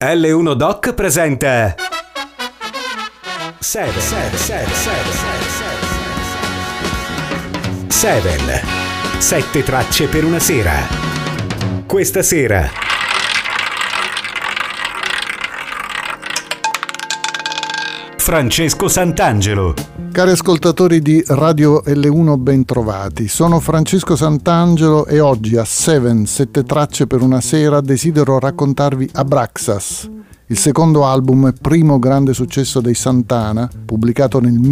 L1 Doc presenta Seven. Sette tracce per una sera. Questa sera Francesco Santangelo. Cari ascoltatori di Radio L1, bentrovati. Sono Francesco Santangelo e oggi a Sette tracce per una sera desidero raccontarvi Abraxas, il secondo album e primo grande successo dei Santana, pubblicato nel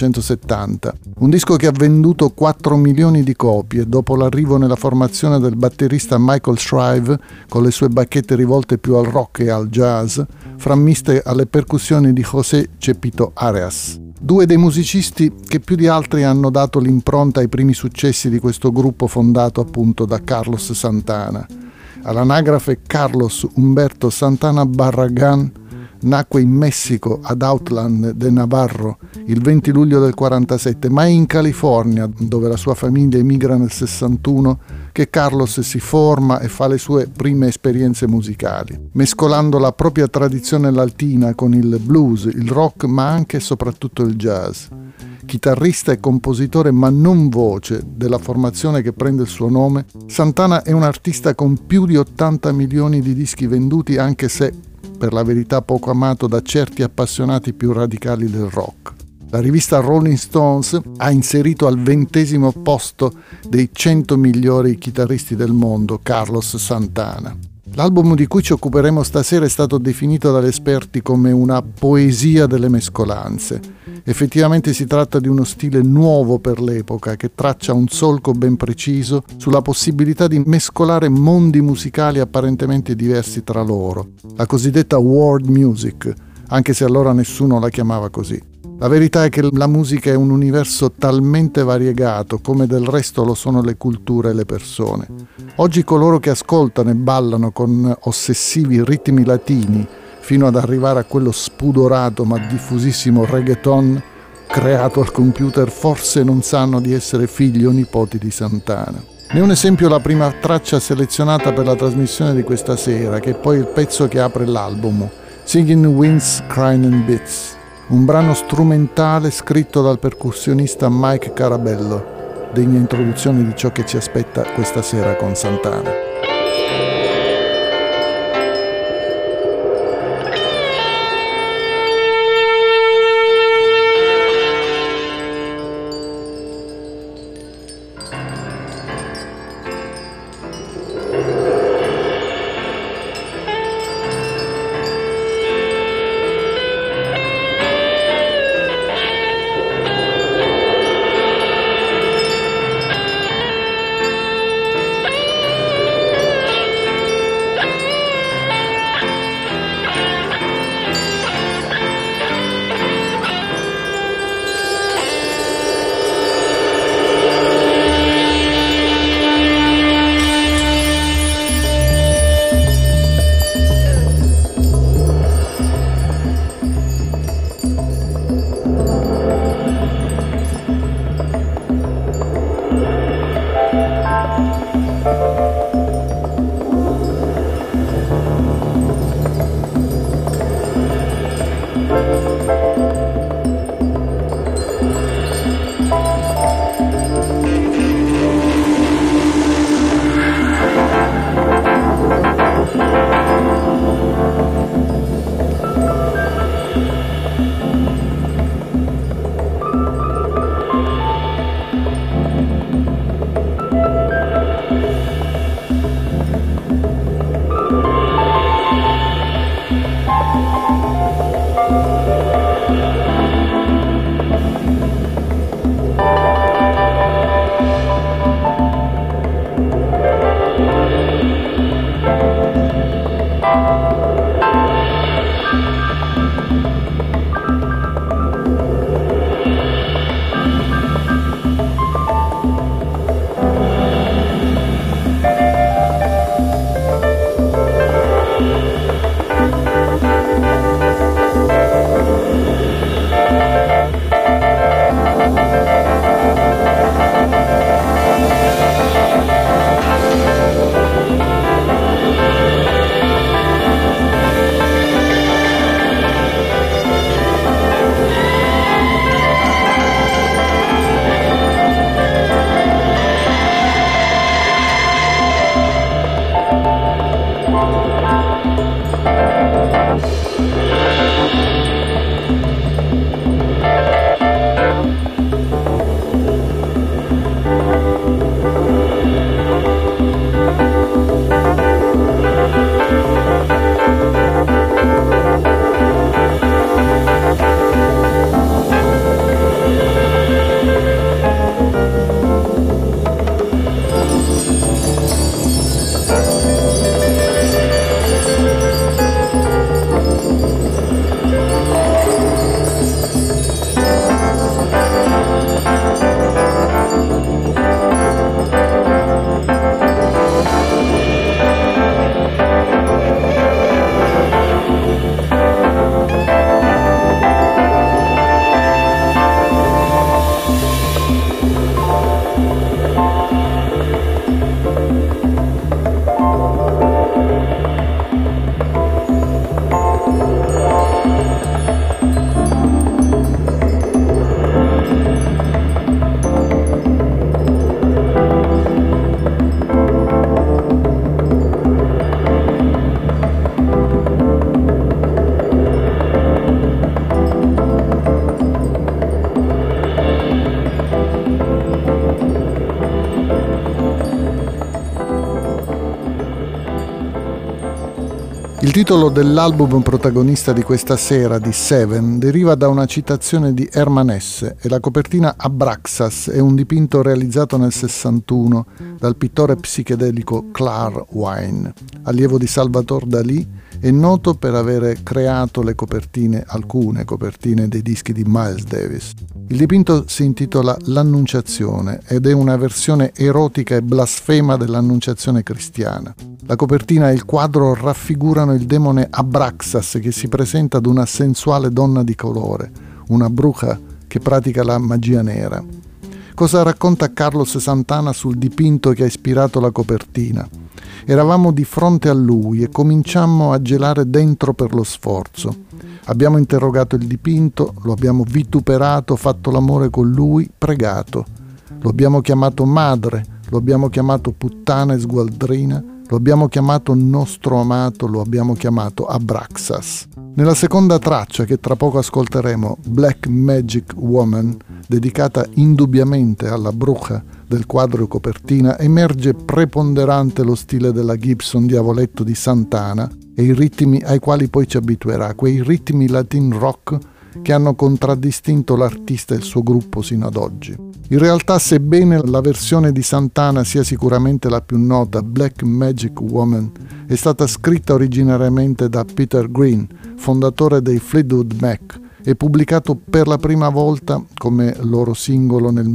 1970. Un disco che ha venduto 4 milioni di copie dopo l'arrivo nella formazione del batterista Michael Shrive, con le sue bacchette rivolte più al rock e al jazz, frammiste alle percussioni di José Chepito Areas. Due dei musicisti che più di altri hanno dato l'impronta ai primi successi di questo gruppo fondato appunto da Carlos Santana. All'anagrafe Carlos Humberto Santana Barragán nacque in Messico, ad Outland de Navarro, il 20 luglio del 47, ma è in California, dove la sua famiglia emigra nel 61, che Carlos si forma e fa le sue prime esperienze musicali, mescolando la propria tradizione latina con il blues, il rock, ma anche e soprattutto il jazz. Chitarrista e compositore ma non voce della formazione che prende il suo nome, Santana è un artista con più di 80 milioni di dischi venduti, anche se per la verità poco amato da certi appassionati più radicali del rock. La rivista Rolling Stones ha inserito al 20° posto dei 100 migliori chitarristi del mondo Carlos Santana. L'album di cui ci occuperemo stasera è stato definito dagli esperti come una poesia delle mescolanze. Effettivamente si tratta di uno stile nuovo per l'epoca che traccia un solco ben preciso sulla possibilità di mescolare mondi musicali apparentemente diversi tra loro, la cosiddetta world music, anche se allora nessuno la chiamava così. La verità è che la musica è un universo talmente variegato come del resto lo sono le culture e le persone. Oggi coloro che ascoltano e ballano con ossessivi ritmi latini fino ad arrivare a quello spudorato ma diffusissimo reggaeton creato al computer forse non sanno di essere figli o nipoti di Santana. Ne è un esempio la prima traccia selezionata per la trasmissione di questa sera, che è poi il pezzo che apre l'album, Singing Winds, Crying and Bits, un brano strumentale scritto dal percussionista Mike Carabello, degna introduzione di ciò che ci aspetta questa sera con Santana. Il titolo dell'album protagonista di questa sera, di Seven, deriva da una citazione di Hermann Hesse e la copertina Abraxas è un dipinto realizzato nel 61 dal pittore psichedelico Clar Wine, allievo di Salvador Dalì e noto per aver creato le copertine, alcune copertine dei dischi di Miles Davis. Il dipinto si intitola L'Annunciazione ed è una versione erotica e blasfema dell'Annunciazione cristiana. La copertina e il quadro raffigurano il demone Abraxas che si presenta ad una sensuale donna di colore, una bruja che pratica la magia nera. Cosa racconta Carlos Santana sul dipinto che ha ispirato la copertina? Eravamo di fronte a lui e cominciammo a gelare dentro per lo sforzo. Abbiamo interrogato il dipinto, lo abbiamo vituperato, fatto l'amore con lui, pregato. Lo abbiamo chiamato madre, lo abbiamo chiamato puttana e sgualdrina, lo abbiamo chiamato nostro amato, lo abbiamo chiamato Abraxas. Nella seconda traccia, che tra poco ascolteremo, Black Magic Woman, dedicata indubbiamente alla bruja del quadro e copertina, emerge preponderante lo stile della Gibson Diavoletto di Santana e i ritmi ai quali poi ci abituerà, quei ritmi latin rock che hanno contraddistinto l'artista e il suo gruppo sino ad oggi. In realtà, sebbene la versione di Santana sia sicuramente la più nota, Black Magic Woman è stata scritta originariamente da Peter Green, fondatore dei Fleetwood Mac, e pubblicato per la prima volta come loro singolo nel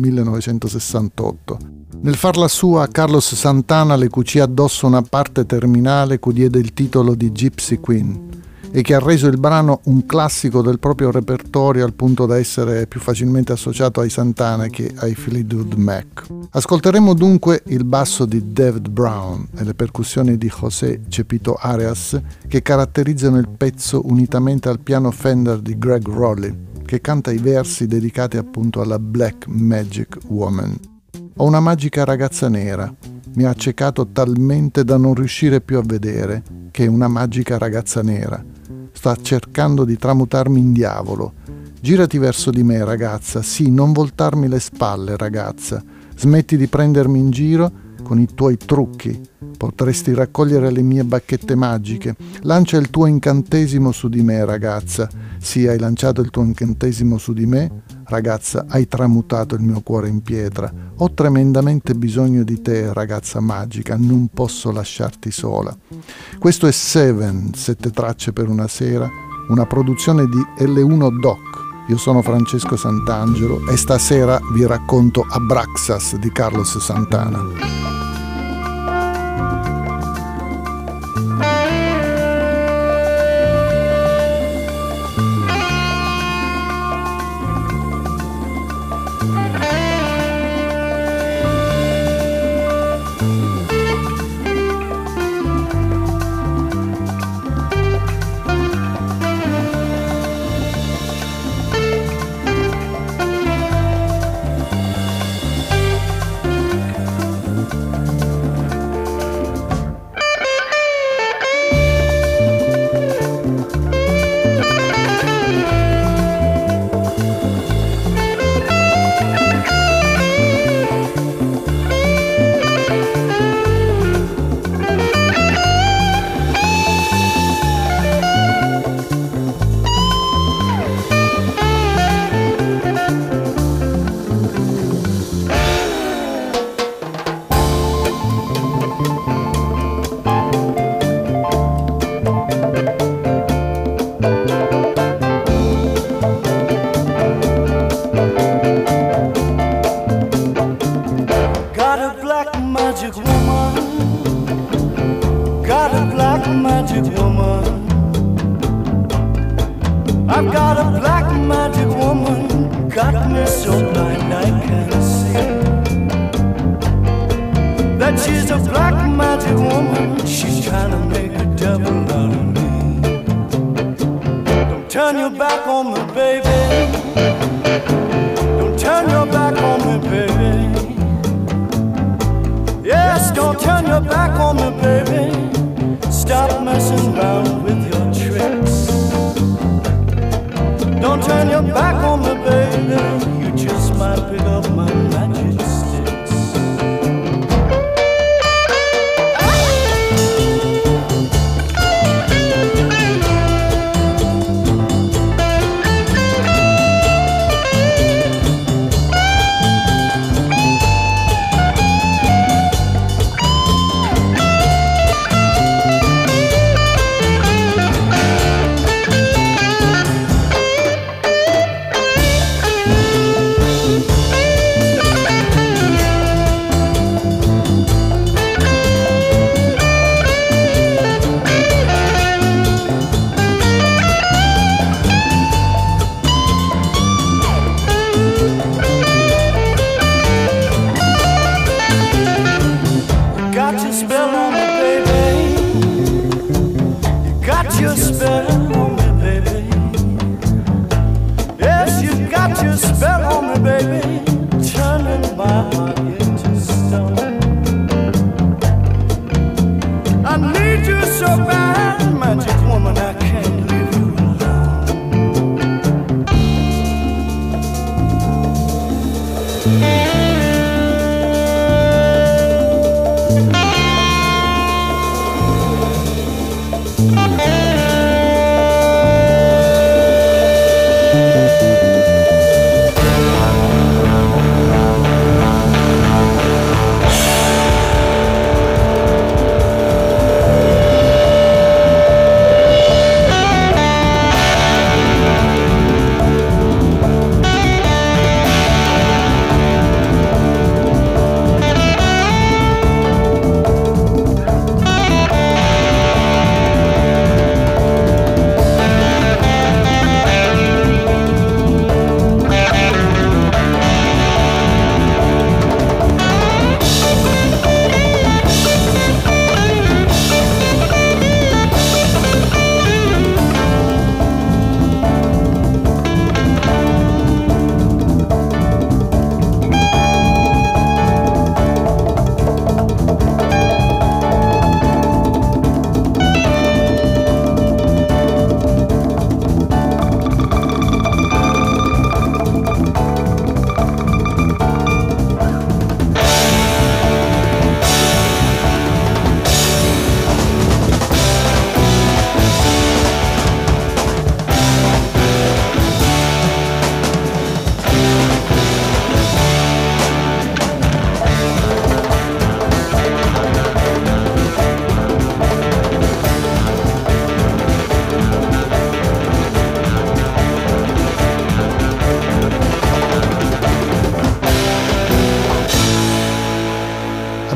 1968. Nel farla sua, Carlos Santana le cucì addosso una parte terminale cui diede il titolo di Gypsy Queen e che ha reso il brano un classico del proprio repertorio al punto da essere più facilmente associato ai Santana che ai Fleetwood Mac. Ascolteremo dunque il basso di David Brown e le percussioni di José Chepito Arias che caratterizzano il pezzo unitamente al piano Fender di Greg Rowley, che canta i versi dedicati appunto alla Black Magic Woman. Ho una magica ragazza nera, mi ha accecato talmente da non riuscire più a vedere che è una magica ragazza nera. Sta cercando di tramutarmi in diavolo. Girati verso di me, ragazza. Sì, non voltarmi le spalle, ragazza. Smetti di prendermi in giro con i tuoi trucchi. Potresti raccogliere le mie bacchette magiche. Lancia il tuo incantesimo su di me, ragazza. Sì, hai lanciato il tuo incantesimo su di me, ragazza, hai tramutato il mio cuore in pietra. Ho tremendamente bisogno di te, ragazza magica, non posso lasciarti sola. Questo è Seven, 7 tracce per una sera, una produzione di L1 Doc. Io sono Francesco Santangelo e stasera vi racconto Abraxas di Carlos Santana. I've got a black magic woman, got me so blind I can't see that she's a black magic woman. She's trying to make a devil out of me. Don't turn your back on me, baby. Don't turn your back on me, baby. Yes, don't turn your back on me, baby. Stop messing around with your tricks. Don't turn your back on me, baby. You just might pick up my magic sticks.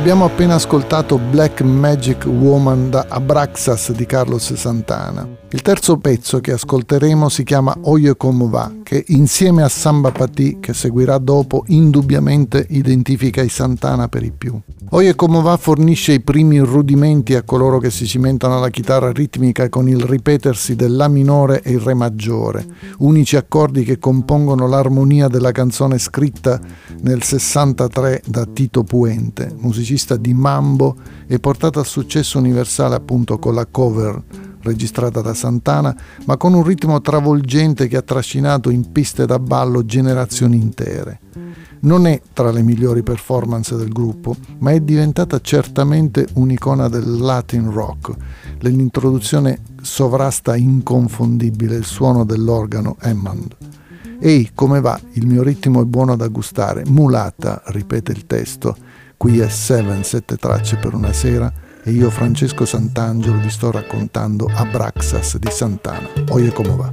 Abbiamo appena ascoltato Black Magic Woman da Abraxas di Carlos Santana. Il terzo pezzo che ascolteremo si chiama Oye Como Va, che insieme a Samba Pati, che seguirà dopo, indubbiamente identifica i Santana per i più. Oye Como Va fornisce i primi rudimenti a coloro che si cimentano alla chitarra ritmica con il ripetersi del La minore e il Re maggiore, unici accordi che compongono l'armonia della canzone scritta nel 63 da Tito Puente, musicista di mambo e portata a successo universale appunto con la cover registrata da Santana, ma con un ritmo travolgente che ha trascinato in piste da ballo generazioni intere. Non è tra le migliori performance del gruppo, ma è diventata certamente un'icona del Latin rock. Nell'introduzione sovrasta inconfondibile il suono dell'organo Hammond. Ehi, come va? Il mio ritmo è buono da gustare. Mulata, ripete il testo. Qui è 7 tracce per una sera e io, Francesco Santangelo, vi sto raccontando Abraxas di Santana. Oye como va.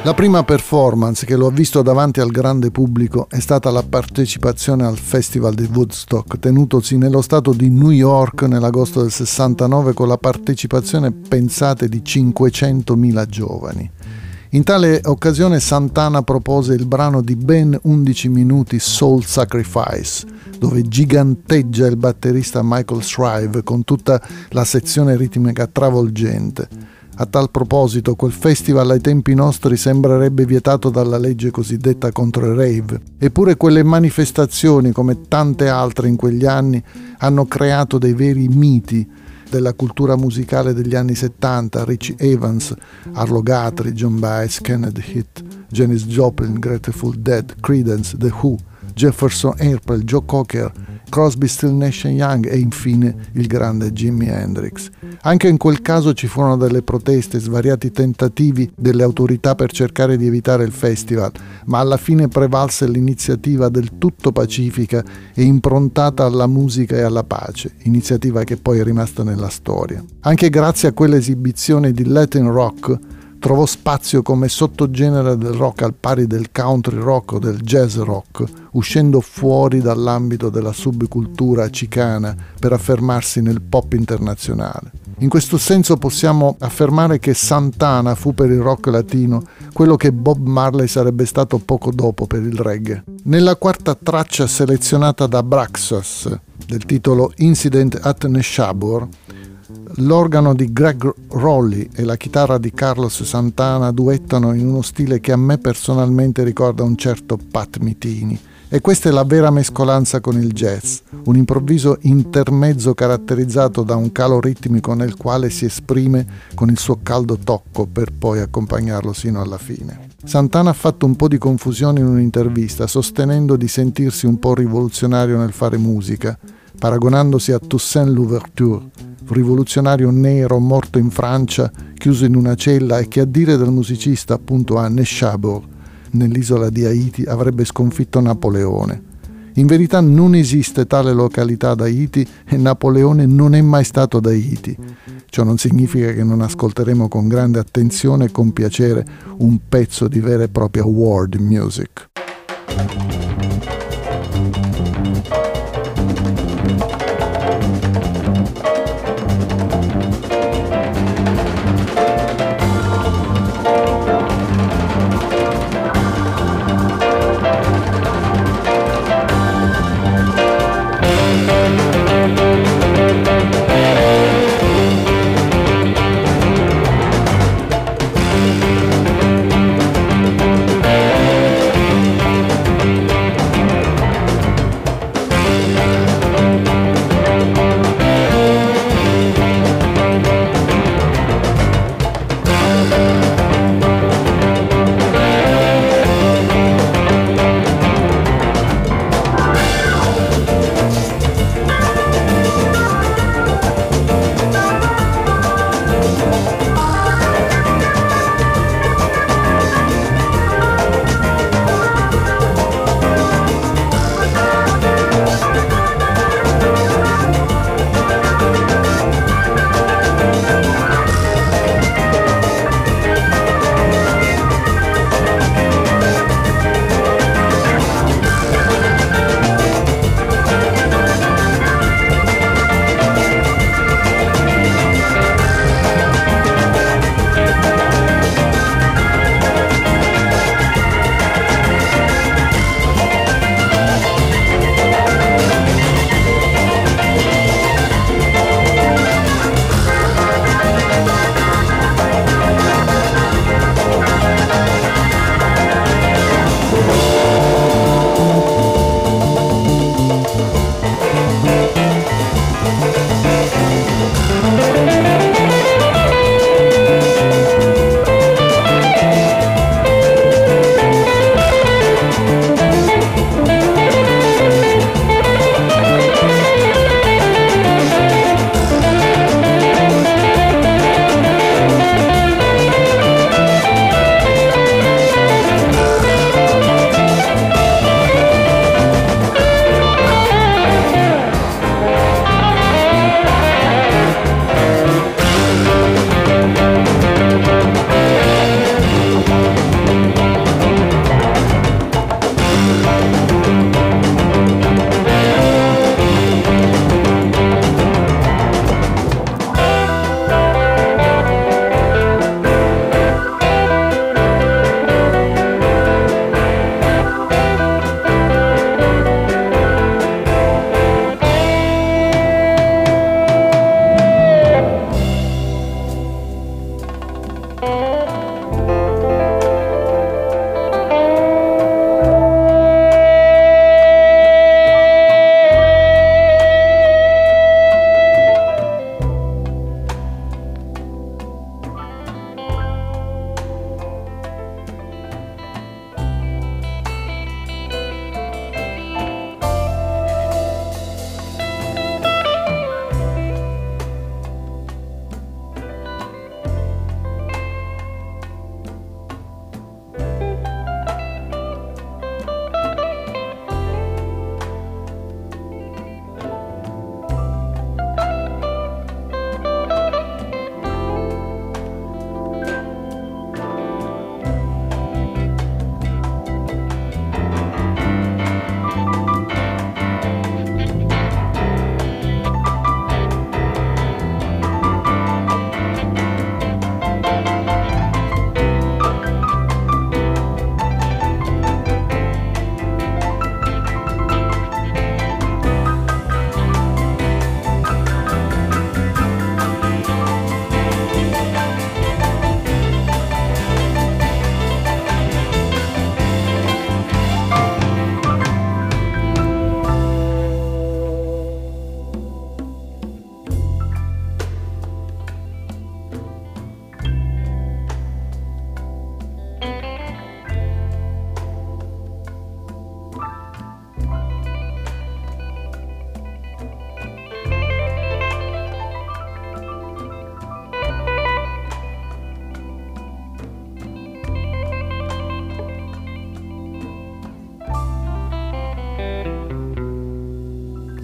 La prima performance che lo ha visto davanti al grande pubblico è stata la partecipazione al Festival di Woodstock, tenutosi nello stato di New York nell'agosto del 69 con la partecipazione, pensate, di 500.000 giovani. In tale occasione Santana propose il brano di ben 11 minuti Soul Sacrifice, dove giganteggia il batterista Michael Shrive con tutta la sezione ritmica travolgente. A tal proposito, quel festival ai tempi nostri sembrerebbe vietato dalla legge cosiddetta contro il rave. Eppure quelle manifestazioni, come tante altre in quegli anni, hanno creato dei veri miti della cultura musicale degli anni 70, Richie Evans, Arlo Guthrie, John Baez, Kenneth Heath, Janis Joplin, Grateful Dead, Creedence, The Who, Jefferson Airplane, Joe Cocker, Crosby, Still Nash Young e infine il grande Jimi Hendrix. Anche in quel caso ci furono delle proteste, svariati tentativi delle autorità per cercare di evitare il festival, ma alla fine prevalse l'iniziativa del tutto pacifica e improntata alla musica e alla pace, iniziativa che poi è rimasta nella storia. Anche grazie a quell'esibizione di Latin rock trovò spazio come sottogenere del rock al pari del country rock o del jazz rock, uscendo fuori dall'ambito della subcultura chicana per affermarsi nel pop internazionale. In questo senso possiamo affermare che Santana fu per il rock latino quello che Bob Marley sarebbe stato poco dopo per il reggae. Nella quarta traccia selezionata da Abraxas, del titolo Incident at Neshabur, l'organo di Greg Rowley e la chitarra di Carlos Santana duettano in uno stile che a me personalmente ricorda un certo Pat Metheny. E questa è la vera mescolanza con il jazz, un improvviso intermezzo caratterizzato da un calo ritmico nel quale si esprime con il suo caldo tocco per poi accompagnarlo sino alla fine. Santana ha fatto un po' di confusione in un'intervista, sostenendo di sentirsi un po' rivoluzionario nel fare musica, paragonandosi a Toussaint Louverture, rivoluzionario nero morto in Francia, chiuso in una cella e che, a dire del musicista, appunto a Neshabur, nell'isola di Haiti, avrebbe sconfitto Napoleone. In verità non esiste tale località ad Haiti e Napoleone non è mai stato ad Haiti. Ciò non significa che non ascolteremo con grande attenzione e con piacere un pezzo di vera e propria world music.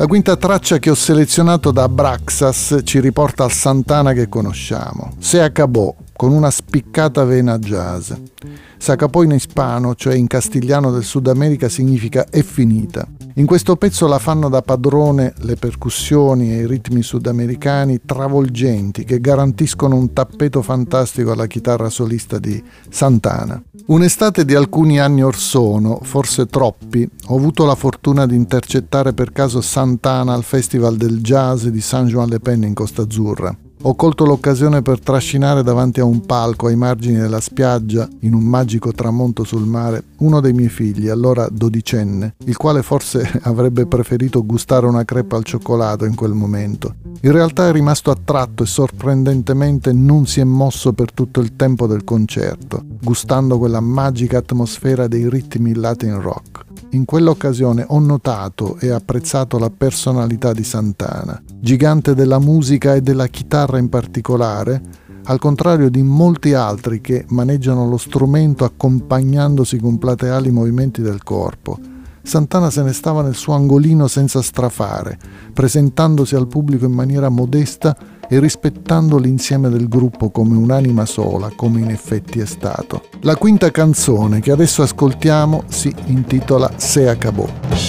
La quinta traccia che ho selezionato da Abraxas ci riporta al Santana che conosciamo. Se acabò, con una spiccata vena jazz. Se acabò in ispano, cioè in castigliano del Sud America, significa è finita. In questo pezzo la fanno da padrone le percussioni e i ritmi sudamericani travolgenti che garantiscono un tappeto fantastico alla chitarra solista di Santana. Un'estate di alcuni anni or sono, forse troppi, ho avuto la fortuna di intercettare per caso Santana al Festival del Jazz di San Juan le Penne in Costa Azzurra. Ho colto l'occasione per trascinare davanti a un palco ai margini della spiaggia, in un magico tramonto sul mare, uno dei miei figli, allora dodicenne, il quale forse avrebbe preferito gustare una crepa al cioccolato in quel momento. In realtà è rimasto attratto e sorprendentemente non si è mosso per tutto il tempo del concerto, gustando quella magica atmosfera dei ritmi Latin rock. In quell'occasione ho notato e apprezzato la personalità di Santana, gigante della musica e della chitarra in particolare, al contrario di molti altri che maneggiano lo strumento accompagnandosi con plateali movimenti del corpo. Santana se ne stava nel suo angolino senza strafare, presentandosi al pubblico in maniera modesta e rispettando l'insieme del gruppo come un'anima sola, come in effetti è stato. La quinta canzone che adesso ascoltiamo si intitola Se acabò.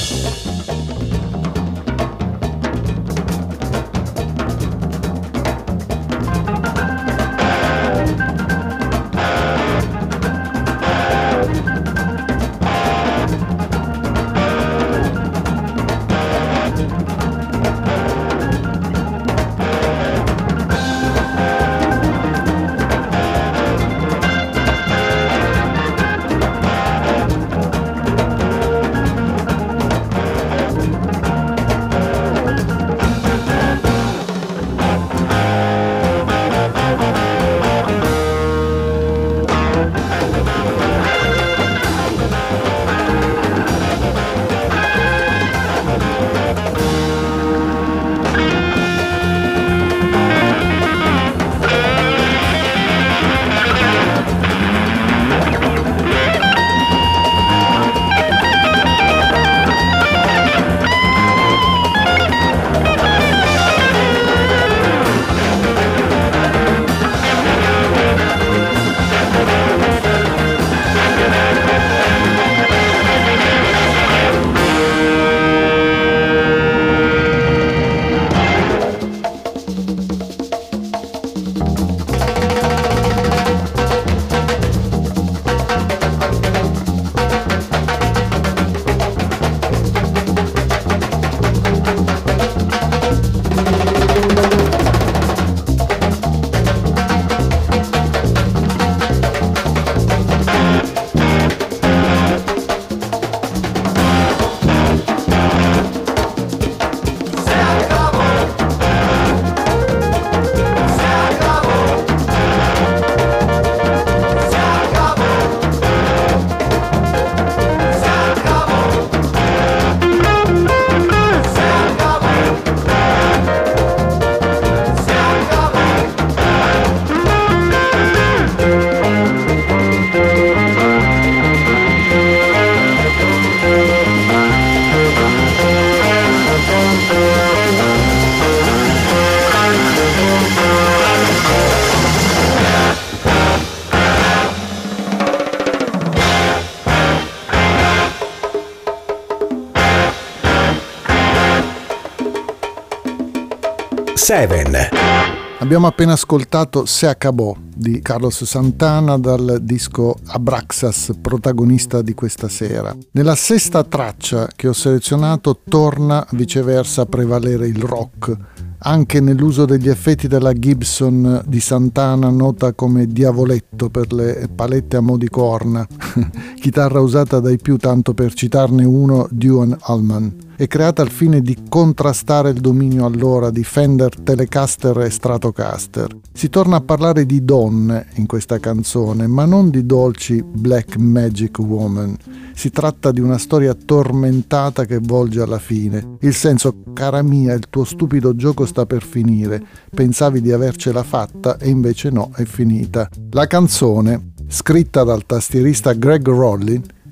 Seven. Abbiamo appena ascoltato Se acabò di Carlos Santana dal disco Abraxas, protagonista di questa sera. Nella sesta traccia che ho selezionato torna viceversa a prevalere il rock, anche nell'uso degli effetti della Gibson di Santana, nota come Diavoletto per le palette a mo' di corna, chitarra usata dai più, tanto per citarne uno, Duane Allman. È creata al fine di contrastare il dominio allora di Fender, Telecaster e Stratocaster. Si torna a parlare di donne in questa canzone, ma non di dolci Black Magic Woman. Si tratta di una storia tormentata che volge alla fine. Il senso: cara mia, il tuo stupido gioco sta per finire. Pensavi di avercela fatta e invece no, è finita. La canzone, scritta dal tastierista Greg Rollin,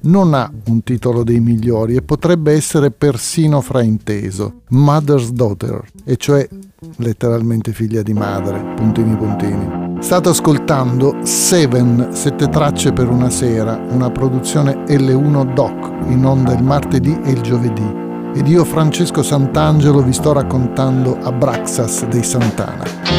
non ha un titolo dei migliori e potrebbe essere persino frainteso. Mother's Daughter, e cioè letteralmente figlia di madre, puntini puntini. State ascoltando Seven, 7 tracce per una sera, una produzione L1 Doc, in onda il martedì e il giovedì. Ed io, Francesco Santangelo, vi sto raccontando Abraxas dei Santana.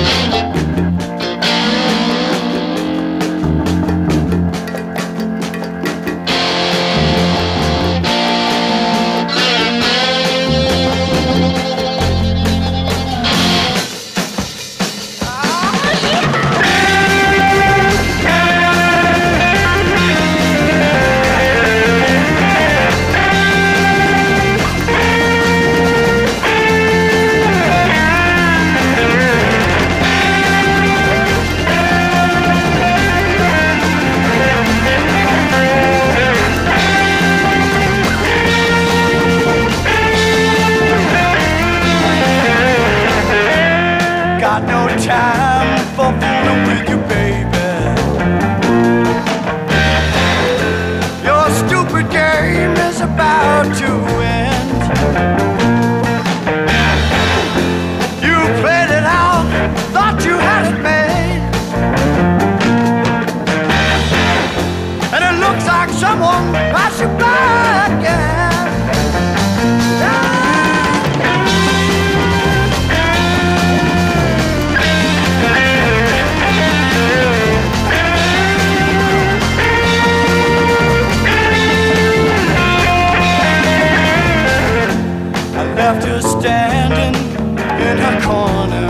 Left her standing in her corner.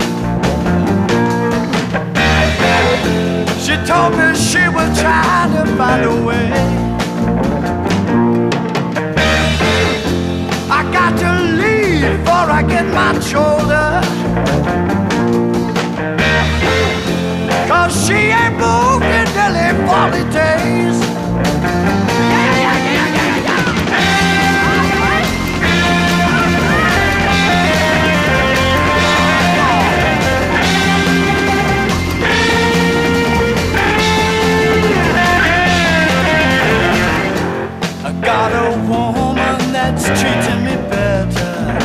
She told me she was trying to find a way. I got to leave before I get my shoulder, 'cause she ain't moved in nearly 40 days. Got a woman that's treating me better.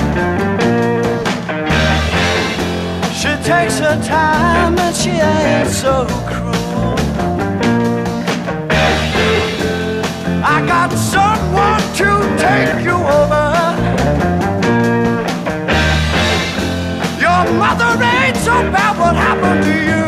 She takes her time and she ain't so cruel. I got someone to take you over. Your mother ain't so bad, what happened to you?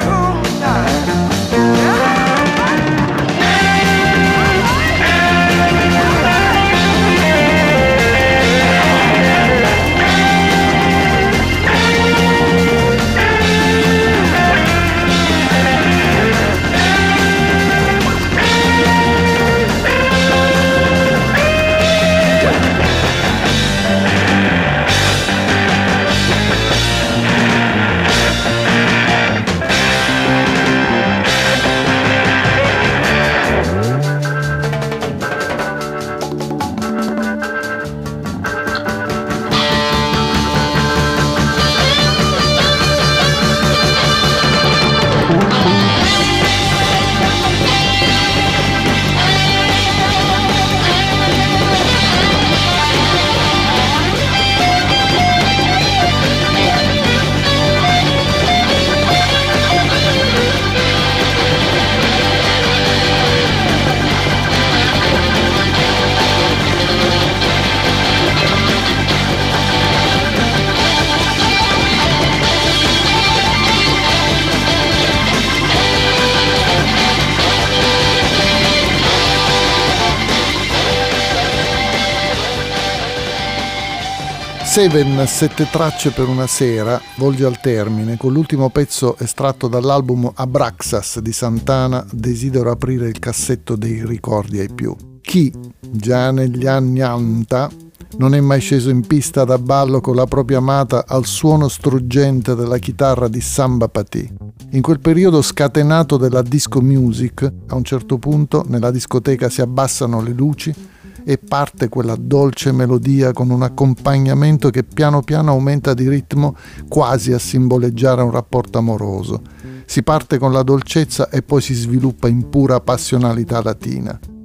Seven, 7 tracce per una sera, volge al termine con l'ultimo pezzo estratto dall'album Abraxas di Santana, Desidero aprire il cassetto dei ricordi ai più. Chi, già negli anni 90, non è mai sceso in pista da ballo con la propria amata al suono struggente della chitarra di Samba Patì? In quel periodo scatenato della disco music, a un certo punto nella discoteca si abbassano le luci e parte quella dolce melodia con un accompagnamento che piano piano aumenta di ritmo quasi a simboleggiare un rapporto amoroso. Si parte con la dolcezza e poi si sviluppa in pura passionalità latina.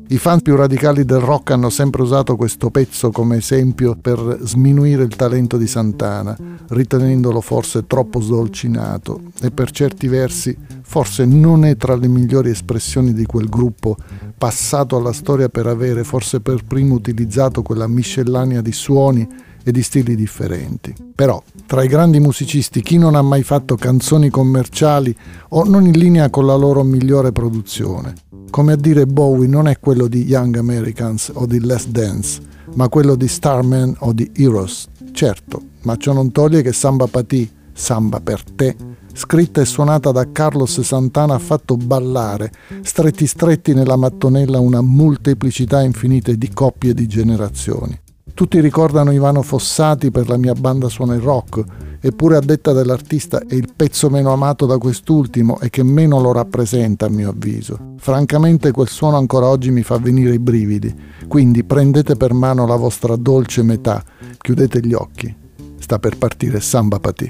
I fan più radicali del rock hanno sempre usato questo pezzo come esempio per sminuire il talento di Santana, ritenendolo forse troppo sdolcinato e per certi versi forse non è tra le migliori espressioni di quel gruppo passato alla storia per avere forse per primo utilizzato quella miscellanea di suoni e di stili differenti. Però, tra i grandi musicisti, chi non ha mai fatto canzoni commerciali o non in linea con la loro migliore produzione? Come a dire, Bowie non è quello di Young Americans o di Let's Dance, ma quello di Starman o di Heroes. Certo, ma ciò non toglie che Samba Patì, Samba per te, scritta e suonata da Carlos Santana, ha fatto ballare, stretti nella mattonella, una molteplicità infinita di coppie e di generazioni. Tutti ricordano Ivano Fossati per La mia banda suona il rock, eppure a detta dell'artista è il pezzo meno amato da quest'ultimo e che meno lo rappresenta a mio avviso. Francamente quel suono ancora oggi mi fa venire i brividi, quindi prendete per mano la vostra dolce metà, chiudete gli occhi. Sta per partire Samba Patì.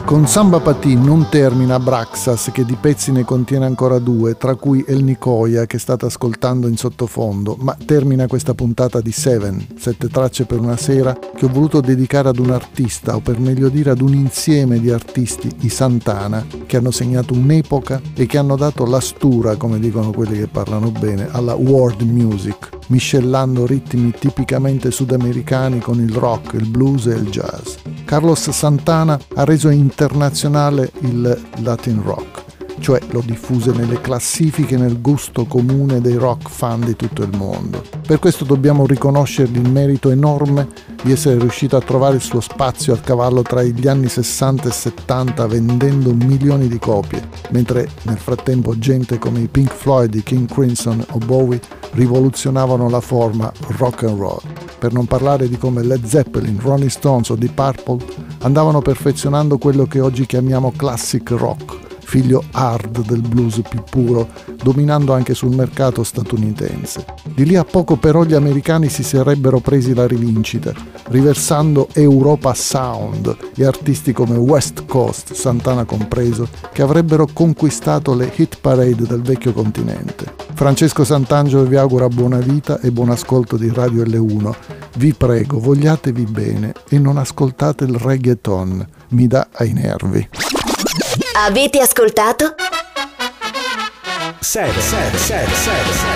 Con Samba Patì non termina Abraxas, che di pezzi ne contiene ancora 2, tra cui El Nicoya, che state ascoltando in sottofondo, ma termina questa puntata di 7 tracce per una sera, che ho voluto dedicare ad un artista, o per meglio dire ad un insieme di artisti, i Santana, che hanno segnato un'epoca e che hanno dato la stura, come dicono quelli che parlano bene, alla world music, miscellando ritmi tipicamente sudamericani con il rock, il blues e il jazz. Carlos Santana ha reso internazionale il Latin rock, cioè lo diffuse nelle classifiche nel gusto comune dei rock fan di tutto il mondo. Per questo dobbiamo riconoscergli il merito enorme di essere riuscito a trovare il suo spazio a cavallo tra gli anni 60 e 70 vendendo milioni di copie, mentre nel frattempo gente come i Pink Floyd, i King Crimson o Bowie rivoluzionavano la forma rock and roll. Per non parlare di come Led Zeppelin, Rolling Stones o Deep Purple andavano perfezionando quello che oggi chiamiamo classic rock, figlio hard del blues più puro, dominando anche sul mercato statunitense. Di lì a poco però gli americani si sarebbero presi la rivincita, riversando Europa Sound e artisti come West Coast, Santana compreso, che avrebbero conquistato le hit parade del vecchio continente. Francesco Santangelo vi augura buona vita e buon ascolto di Radio L1. Vi prego, vogliatevi bene e non ascoltate il reggaeton, mi dà ai nervi. Avete ascoltato? 7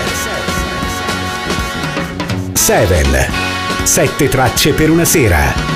tracce per una sera.